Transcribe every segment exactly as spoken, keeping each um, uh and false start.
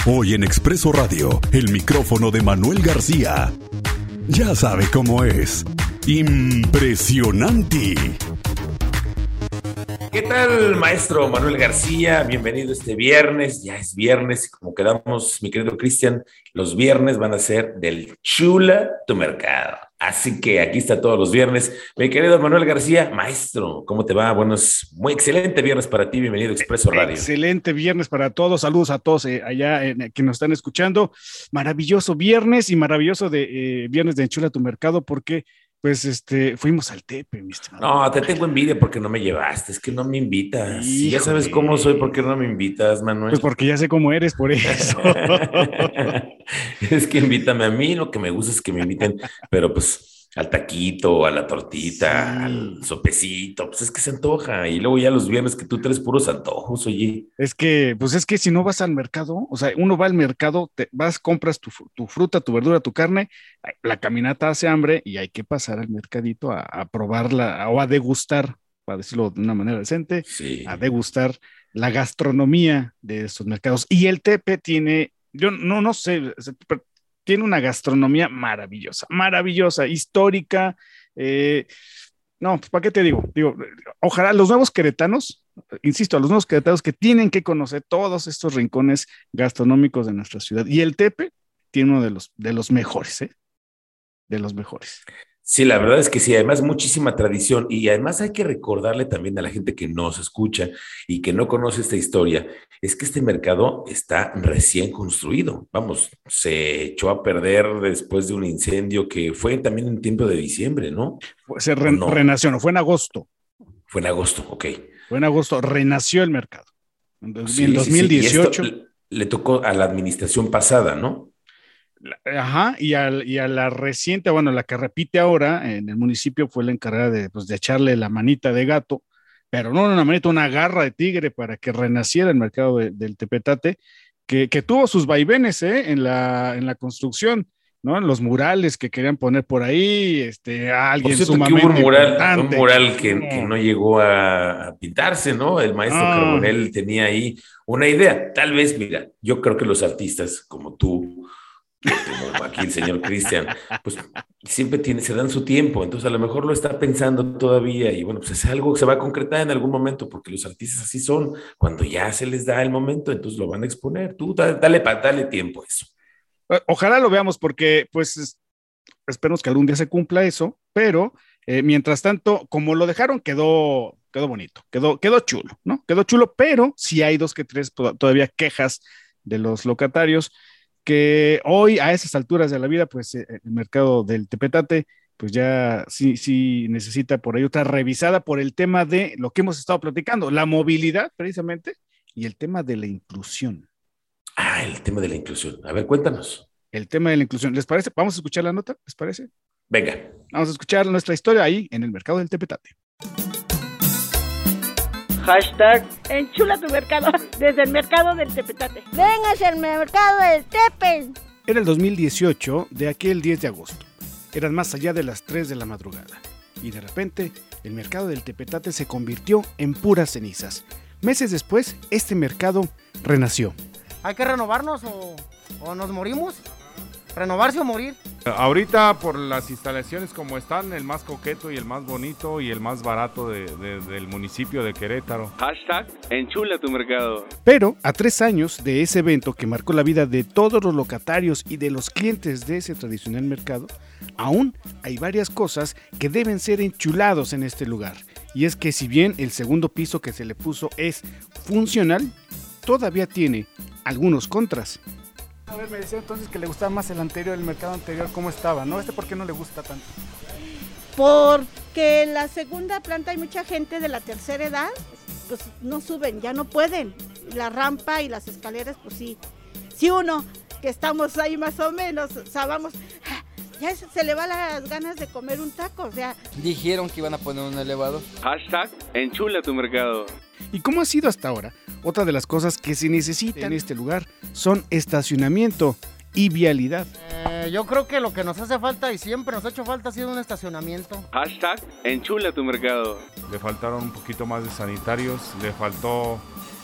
Hoy en Expreso Radio, el micrófono de Manuel García. Ya sabe cómo es. Impresionante. ¿Qué tal, maestro Manuel García? Bienvenido este viernes. Ya es viernes y como quedamos, mi querido Cristian, los viernes van a ser del Chula tu Mercado. Así que aquí está todos los viernes. Mi querido Manuel García, maestro, ¿cómo te va? Buenos, muy excelente viernes para ti. Bienvenido a Expreso Radio. Excelente viernes para todos. Saludos a todos eh, allá eh, que nos están escuchando. Maravilloso viernes y maravilloso de eh, viernes de Chula tu Mercado porque pues este fuimos al Tepe, mi estimado. No, te tengo envidia porque no me llevaste. Es que no me invitas. Si ya sabes cómo soy, ¿por qué no me invitas, Manuel? Pues porque ya sé cómo eres, por eso. Es que invítame a mí. Lo que me gusta es que me inviten, pero pues al taquito, a la tortita, sí, al sopecito, pues es que se antoja. Y luego ya los viernes que tú traes puros antojos, oye. Es que, pues es que si no vas al mercado, o sea, uno va al mercado, te vas, compras tu, tu fruta, tu verdura, tu carne, la caminata hace hambre y hay que pasar al mercadito a, a probarla o a degustar, para decirlo de una manera decente, sí, a degustar la gastronomía de estos mercados. Y el Tepe tiene, yo no, no sé, tiene una gastronomía maravillosa, maravillosa, histórica. Eh, no, pues, ¿para qué te digo? Digo, ojalá los nuevos queretanos, insisto, a los nuevos queretanos que tienen que conocer todos estos rincones gastronómicos de nuestra ciudad. Y el Tepe tiene uno de los, de los mejores, ¿eh? De los mejores. Sí, la verdad es que sí, además muchísima tradición y además hay que recordarle también a la gente que nos escucha y que no conoce esta historia, es que este mercado está recién construido, vamos, se echó a perder después de un incendio que fue también en tiempo de diciembre, ¿no? Se re- no? renació, no, fue en agosto. Fue en agosto, ok. Fue en agosto, renació el mercado. En sí, dos mil dieciocho. Sí, sí. Le tocó a la administración pasada, ¿no? Ajá, y a, y a la reciente, bueno, la que repite ahora en el municipio fue la encargada de, pues, de echarle la manita de gato, pero no una manita, una garra de tigre para que renaciera el mercado de, del Tepetate, que, que tuvo sus vaivenes ¿eh? en, la, en la construcción, ¿no? Los murales que querían poner por ahí, este, a alguien por cierto, sumamente que hubo un mural, importante. un mural que, no. que no llegó a, a pintarse, ¿no? El maestro ah. Carbonell tenía ahí una idea, tal vez, mira, yo creo que los artistas como tú, como aquí el señor Cristian, pues siempre tiene, se dan su tiempo, entonces a lo mejor lo está pensando todavía y bueno, pues es algo que se va a concretar en algún momento porque los artistas así son, cuando ya se les da el momento, entonces lo van a exponer, tú dale, dale, dale tiempo a eso. Ojalá lo veamos porque pues esperemos que algún día se cumpla eso, pero eh, mientras tanto, como lo dejaron, quedó, quedó bonito, quedó, quedó chulo, ¿no? Quedó chulo, pero sí hay dos que tres todavía quejas de los locatarios que hoy a esas alturas de la vida, pues eh, el mercado del Tepetate, pues ya sí, sí necesita por ahí otra revisada por el tema de lo que hemos estado platicando, la movilidad precisamente y el tema de la inclusión. Ah, el tema de la inclusión. A ver, cuéntanos. El tema de la inclusión. ¿Les parece? Vamos a escuchar la nota, ¿les parece? Venga. Vamos a escuchar nuestra historia ahí en el mercado del Tepetate. Hashtag Enchula tu mercado, desde el mercado del Tepetate. Vengas al mercado del Tepe. Era el dos mil dieciocho, de aquel diez de agosto. Eran más allá de las tres de la madrugada. Y de repente, el mercado del Tepetate se convirtió en puras cenizas. Meses después, este mercado renació. ¿Hay que renovarnos o, o nos morimos? ¿Renovarse o morir? Ahorita por las instalaciones como están, el más coqueto y el más bonito y el más barato de, de, del municipio de Querétaro. Hashtag Enchula tu mercado. Pero a tres años de ese evento que marcó la vida de todos los locatarios y de los clientes de ese tradicional mercado, aún hay varias cosas que deben ser enchulados en este lugar. Y es que si bien el segundo piso que se le puso es funcional, todavía tiene algunos contras. A ver, me decía entonces que le gustaba más el anterior, el mercado anterior, ¿cómo estaba? ¿No? ¿Este por qué no le gusta tanto? Porque en la segunda planta hay mucha gente de la tercera edad, pues no suben, ya no pueden. La rampa y las escaleras, pues sí. Si uno, que estamos ahí más o menos, o sea, vamos, ya se le va las ganas de comer un taco, o sea. Dijeron que iban a poner un elevador. Hashtag Enchula tu mercado. ¿Y cómo ha sido hasta ahora? Otra de las cosas que se necesitan en este lugar son estacionamiento y vialidad. Eh, yo creo que lo que nos hace falta y siempre nos ha hecho falta ha sido un estacionamiento. Hashtag Enchula tu mercado. Le faltaron un poquito más de sanitarios, le faltó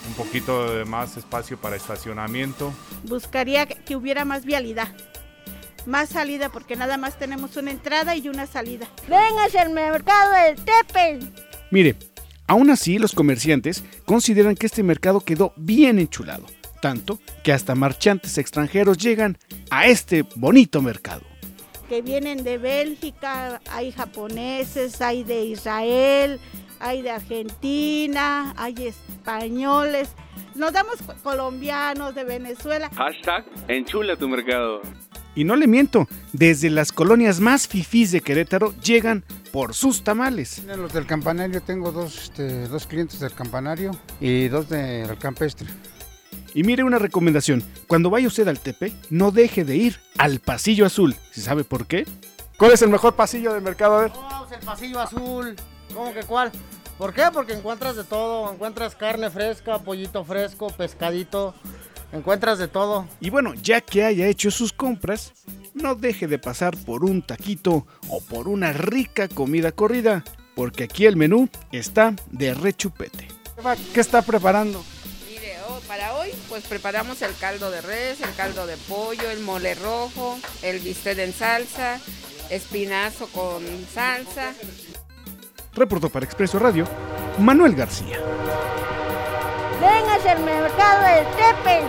un poquito de más espacio para estacionamiento. Buscaría que hubiera más vialidad, más salida, porque nada más tenemos una entrada y una salida. Véngase al mercado del Tepe. Mire, aún así los comerciantes consideran que este mercado quedó bien enchulado, tanto que hasta marchantes extranjeros llegan a este bonito mercado. Que vienen de Bélgica, hay japoneses, hay de Israel, hay de Argentina, hay españoles, nos damos colombianos, de Venezuela. Hashtag enchula tu mercado. Y no le miento, desde las colonias más fifís de Querétaro llegan por sus tamales. Los del campanario, tengo dos, este, dos clientes del campanario y dos del campestre. Y mire una recomendación, cuando vaya usted al Tepe, no deje de ir al Pasillo Azul. ¿Se sabe por qué? ¿Cuál es el mejor pasillo del mercado? A ver. Oh, el Pasillo Azul. ¿Cómo que cuál? ¿Por qué? Porque encuentras de todo, encuentras carne fresca, pollito fresco, pescadito, encuentras de todo. Y bueno, ya que haya hecho sus compras, no deje de pasar por un taquito o por una rica comida corrida, porque aquí el menú está de rechupete. ¿Qué está preparando? Mire, oh, para hoy pues preparamos el caldo de res, el caldo de pollo, el mole rojo, el bistec en salsa, espinazo con salsa. Reportó para Expreso Radio, Manuel García. Véngase al mercado del Tepe.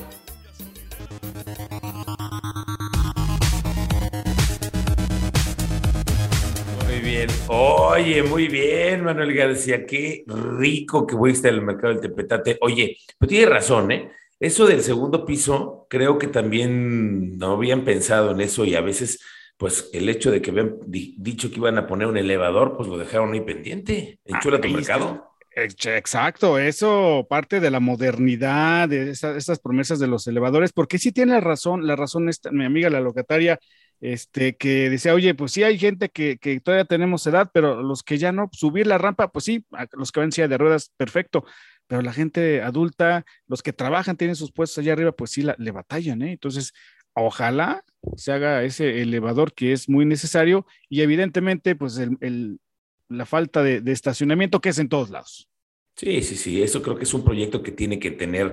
Muy bien. Oye, muy bien, Manuel García. Qué rico que fuiste al mercado del Tepetate. Oye, pues tienes razón, ¿eh? Eso del segundo piso, creo que también no habían pensado en eso y a veces, pues el hecho de que habían di- dicho que iban a poner un elevador, pues lo dejaron ahí pendiente. Enchula tu Ahí está. mercado. Ex- Exacto, eso parte de la modernidad, de esa- estas promesas de los elevadores, porque sí tiene la razón, la razón esta, mi amiga la locataria, este, que decía, oye, pues sí hay gente que, que todavía tenemos edad, pero los que ya no, subir la rampa, pues sí, a los que van en silla de ruedas, perfecto, pero la gente adulta, los que trabajan, tienen sus puestos allá arriba, pues sí la- le batallan, ¿eh? Entonces, ojalá se haga ese elevador que es muy necesario y evidentemente, pues el, el- la falta de, de estacionamiento que es en todos lados. Sí, sí, sí, eso creo que es un proyecto que tiene que tener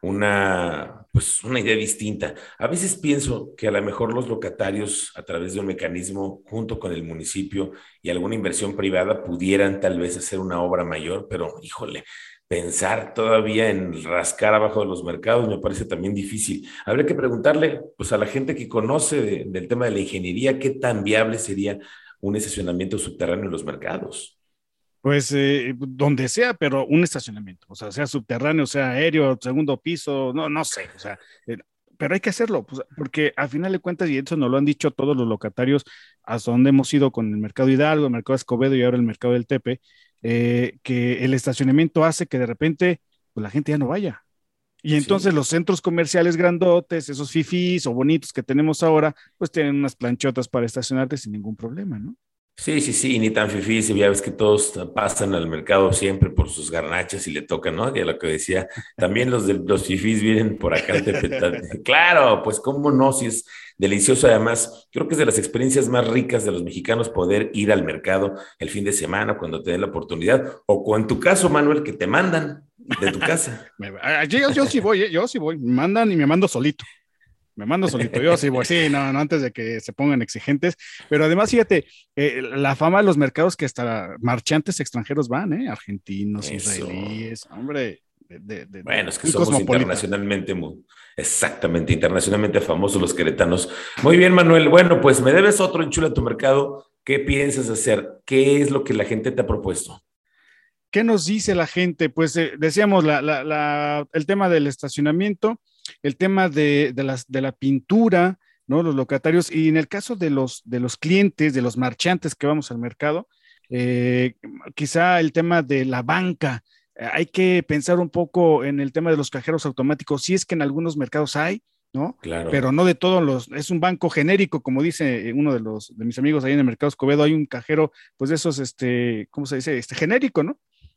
una, pues, una idea distinta. A veces pienso que a lo mejor los locatarios, a través de un mecanismo junto con el municipio y alguna inversión privada, pudieran tal vez hacer una obra mayor, pero híjole, pensar todavía en rascar abajo de los mercados me parece también difícil. Habría que preguntarle, pues, a la gente que conoce de- del tema de la ingeniería, qué tan viable sería un estacionamiento subterráneo en los mercados. Pues eh, donde sea, pero un estacionamiento, o sea, sea subterráneo, sea aéreo, segundo piso, no, no sé, o sea, eh, pero hay que hacerlo, pues, porque al final de cuentas, y eso nos lo han dicho todos los locatarios, hasta donde hemos ido con el Mercado Hidalgo, el Mercado Escobedo y ahora el Mercado del Tepe, eh, que el estacionamiento hace que de repente pues, la gente ya no vaya. Y entonces Sí. los centros comerciales grandotes, esos fifís o bonitos que tenemos ahora, pues tienen unas planchotas para estacionarte sin ningún problema, ¿no? Sí, sí, sí, y ni tan fifí, si ya ves que todos pasan al mercado siempre por sus garnachas y le tocan, ¿no? Y a lo que decía, también los de los fifís vienen por acá al Tepetate. Claro, pues cómo no, si es delicioso. Además, creo que es de las experiencias más ricas de los mexicanos poder ir al mercado el fin de semana cuando te den la oportunidad, o con en tu caso, Manuel, que te mandan de tu casa. Me- ah, Yo, yo sí voy, eh, yo sí voy, me mandan y me mando solito. Me mando solito, yo sí voy, sí, no, no, antes de que se pongan exigentes, pero además, fíjate, eh, la fama de los mercados que hasta marchantes extranjeros van, ¿eh? Argentinos, Eso. israelíes, hombre, de, de- de- Bueno, es que muy somos cosmopolita. internacionalmente, muy, exactamente, internacionalmente famosos los queretanos. Muy bien, Manuel. Bueno, pues me debes otro Enchula tu mercado. ¿Qué piensas hacer? ¿Qué es lo que la gente te ha propuesto? ¿Qué nos dice la gente? Pues eh, decíamos la, la- la- el tema del estacionamiento, el tema de, de las, de la pintura, ¿no? Los locatarios, y en el caso de los, de los clientes, de los marchantes que vamos al mercado, eh, quizá el tema de la banca. Eh, hay que pensar un poco en el tema de los cajeros automáticos, si es que en algunos mercados hay, ¿no? Claro. Pero no de todos los, es un banco genérico, como dice uno de los de mis amigos ahí en el mercado Escobedo, hay un cajero, pues de esos, este, ¿cómo se dice? Este genérico, ¿no?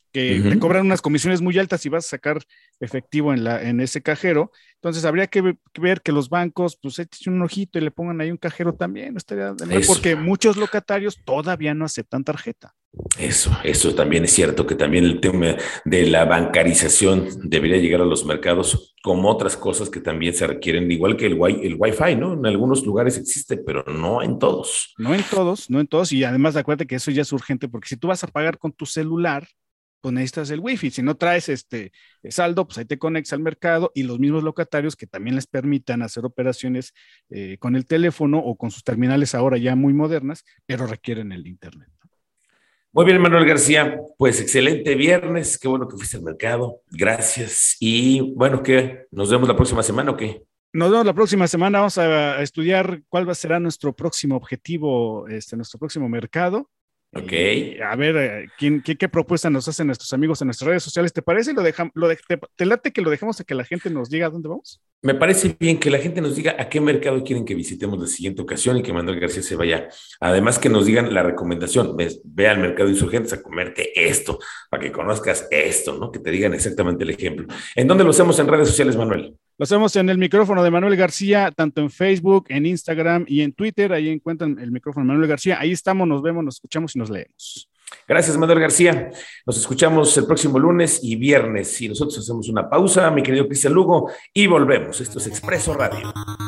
que Ujú. te cobran unas comisiones muy altas si vas a sacar efectivo en, la, en ese cajero. Entonces habría que, ve- que ver que los bancos pues echen un ojito y le pongan ahí un cajero también, no estaría de mal, Eso. porque muchos locatarios todavía no aceptan tarjeta. Eso, eso también es cierto, que también el tema de la bancarización debería llegar a los mercados como otras cosas que también se requieren, igual que el, wi el Wi-Fi, ¿no? En algunos lugares existe, pero no en todos. No en todos, no en todos, y además acuérdate que eso ya es urgente, porque si tú vas a pagar con tu celular, pues necesitas el wifi. Si no traes este saldo, pues ahí te conectas al mercado y los mismos locatarios que también les permitan hacer operaciones eh, con el teléfono o con sus terminales ahora ya muy modernas, pero requieren el internet. Muy bien, Manuel García, pues excelente viernes, qué bueno que fuiste al mercado, gracias. Y bueno, ¿qué? ¿Nos vemos la próxima semana o qué? Nos vemos la próxima semana, vamos a, a estudiar cuál va a ser nuestro próximo objetivo, este, nuestro próximo mercado. Ok. Y a ver, eh, ¿quién, qué, qué propuesta nos hacen nuestros amigos en nuestras redes sociales? ¿Te parece? ¿Lo dejam- lo de- te, ¿Te late que lo dejemos a que la gente nos diga a dónde vamos? Me parece bien que la gente nos diga a qué mercado quieren que visitemos la siguiente ocasión y que Manuel García se vaya. Además que nos digan la recomendación, ves, ve al mercado Insurgentes a comerte esto, para que conozcas esto, ¿no? Que te digan exactamente el ejemplo. ¿En dónde lo hacemos en redes sociales, Manuel? Lo hacemos en el micrófono de Manuel García, tanto en Facebook, en Instagram y en Twitter. Ahí encuentran el micrófono de Manuel García. Ahí estamos, nos vemos, nos escuchamos y nos leemos. Gracias, Manuel García. Nos escuchamos el próximo lunes y viernes. Y nosotros hacemos una pausa, mi querido Cristian Lugo, y volvemos. Esto es Expreso Radio.